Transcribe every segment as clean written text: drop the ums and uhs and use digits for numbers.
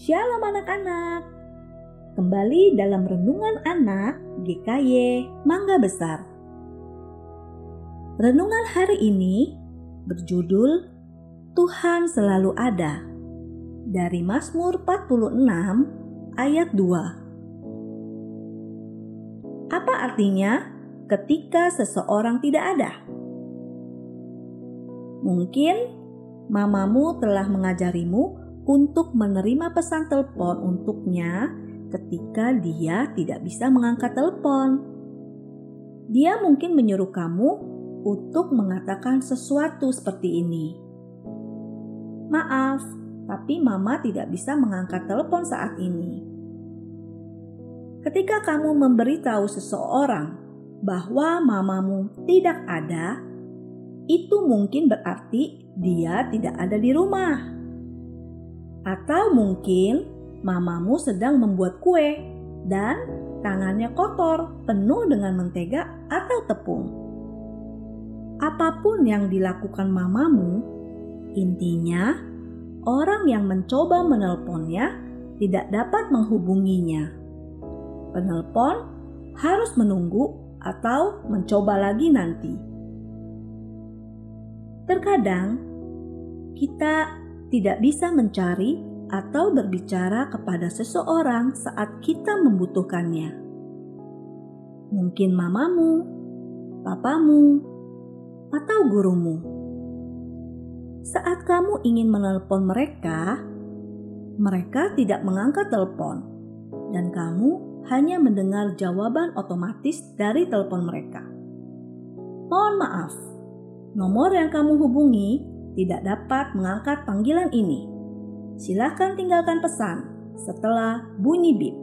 Shalom anak-anak. Kembali dalam Renungan Anak GKY Mangga Besar. Renungan hari ini berjudul Tuhan Selalu Ada, dari Mazmur 46 ayat 2. Apa artinya ketika seseorang tidak ada? Mungkin mamamu telah mengajarimu untuk menerima pesan telepon untuknya ketika dia tidak bisa mengangkat telepon. Dia mungkin menyuruh kamu untuk mengatakan sesuatu seperti ini. Maaf, tapi mama tidak bisa mengangkat telepon saat ini. Ketika kamu memberitahu seseorang bahwa mamamu tidak ada, itu mungkin berarti dia tidak ada di rumah. Atau mungkin mamamu sedang membuat kue dan tangannya kotor, penuh dengan mentega atau tepung. Apapun yang dilakukan mamamu, intinya orang yang mencoba menelponnya tidak dapat menghubunginya. Penelpon harus menunggu atau mencoba lagi nanti. Terkadang kita tidak bisa mencari atau berbicara kepada seseorang saat kita membutuhkannya. Mungkin mamamu, papamu, atau gurumu. Saat kamu ingin menelpon mereka tidak mengangkat telepon, dan kamu hanya mendengar jawaban otomatis dari telepon mereka. Mohon maaf, nomor yang kamu hubungi tidak dapat mengangkat panggilan ini. Silakan tinggalkan pesan setelah bunyi bip.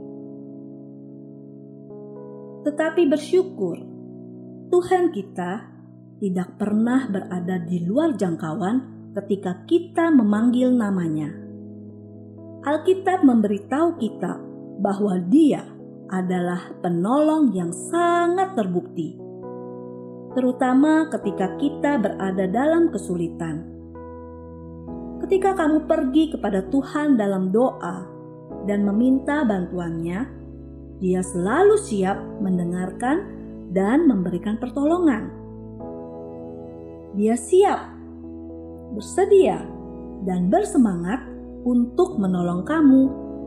Tetapi bersyukur, Tuhan kita tidak pernah berada di luar jangkauan ketika kita memanggil namanya. Alkitab memberitahu kita bahwa Dia adalah penolong yang sangat terbukti, terutama ketika kita berada dalam kesulitan. Ketika kamu pergi kepada Tuhan dalam doa dan meminta bantuannya, Dia selalu siap mendengarkan dan memberikan pertolongan. Dia siap, bersedia, dan bersemangat untuk menolong kamu.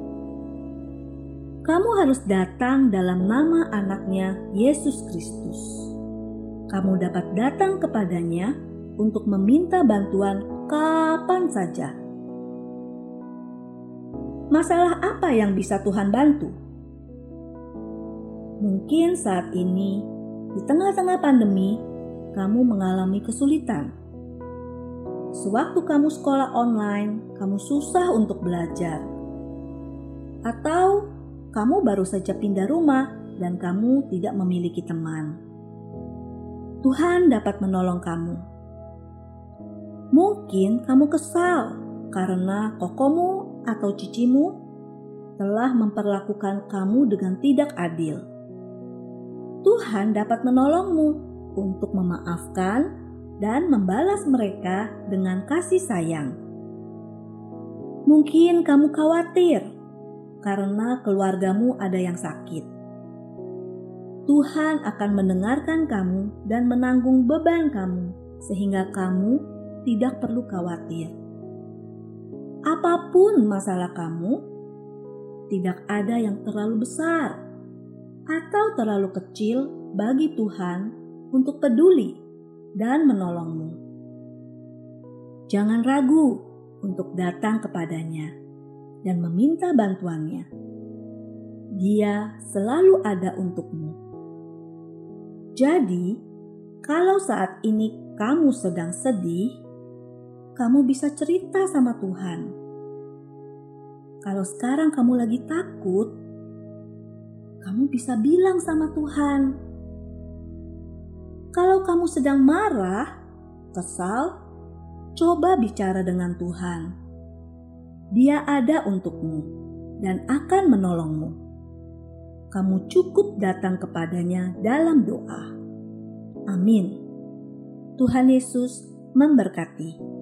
Kamu harus datang dalam nama anaknya Yesus Kristus. Kamu dapat datang kepadanya untuk meminta bantuan kapan saja. Masalah apa yang bisa Tuhan bantu? Mungkin saat ini, di tengah-tengah pandemi, kamu mengalami kesulitan. Sewaktu kamu sekolah online, kamu susah untuk belajar. Atau kamu baru saja pindah rumah dan kamu tidak memiliki teman. Tuhan dapat menolong kamu. Mungkin kamu kesal karena kokomu atau cicimu telah memperlakukan kamu dengan tidak adil. Tuhan dapat menolongmu untuk memaafkan dan membalas mereka dengan kasih sayang. Mungkin kamu khawatir karena keluargamu ada yang sakit. Tuhan akan mendengarkan kamu dan menanggung beban kamu sehingga kamu tidak perlu khawatir. Apapun masalah kamu, tidak ada yang terlalu besar atau terlalu kecil bagi Tuhan untuk peduli dan menolongmu. Jangan ragu untuk datang kepadanya dan meminta bantuannya. Dia selalu ada untukmu. Jadi, kalau saat ini kamu sedang sedih, kamu bisa cerita sama Tuhan. Kalau sekarang kamu lagi takut, kamu bisa bilang sama Tuhan. Kalau kamu sedang marah, kesal, coba bicara dengan Tuhan. Dia ada untukmu dan akan menolongmu. Kamu cukup datang kepadanya dalam doa. Amin. Tuhan Yesus memberkati.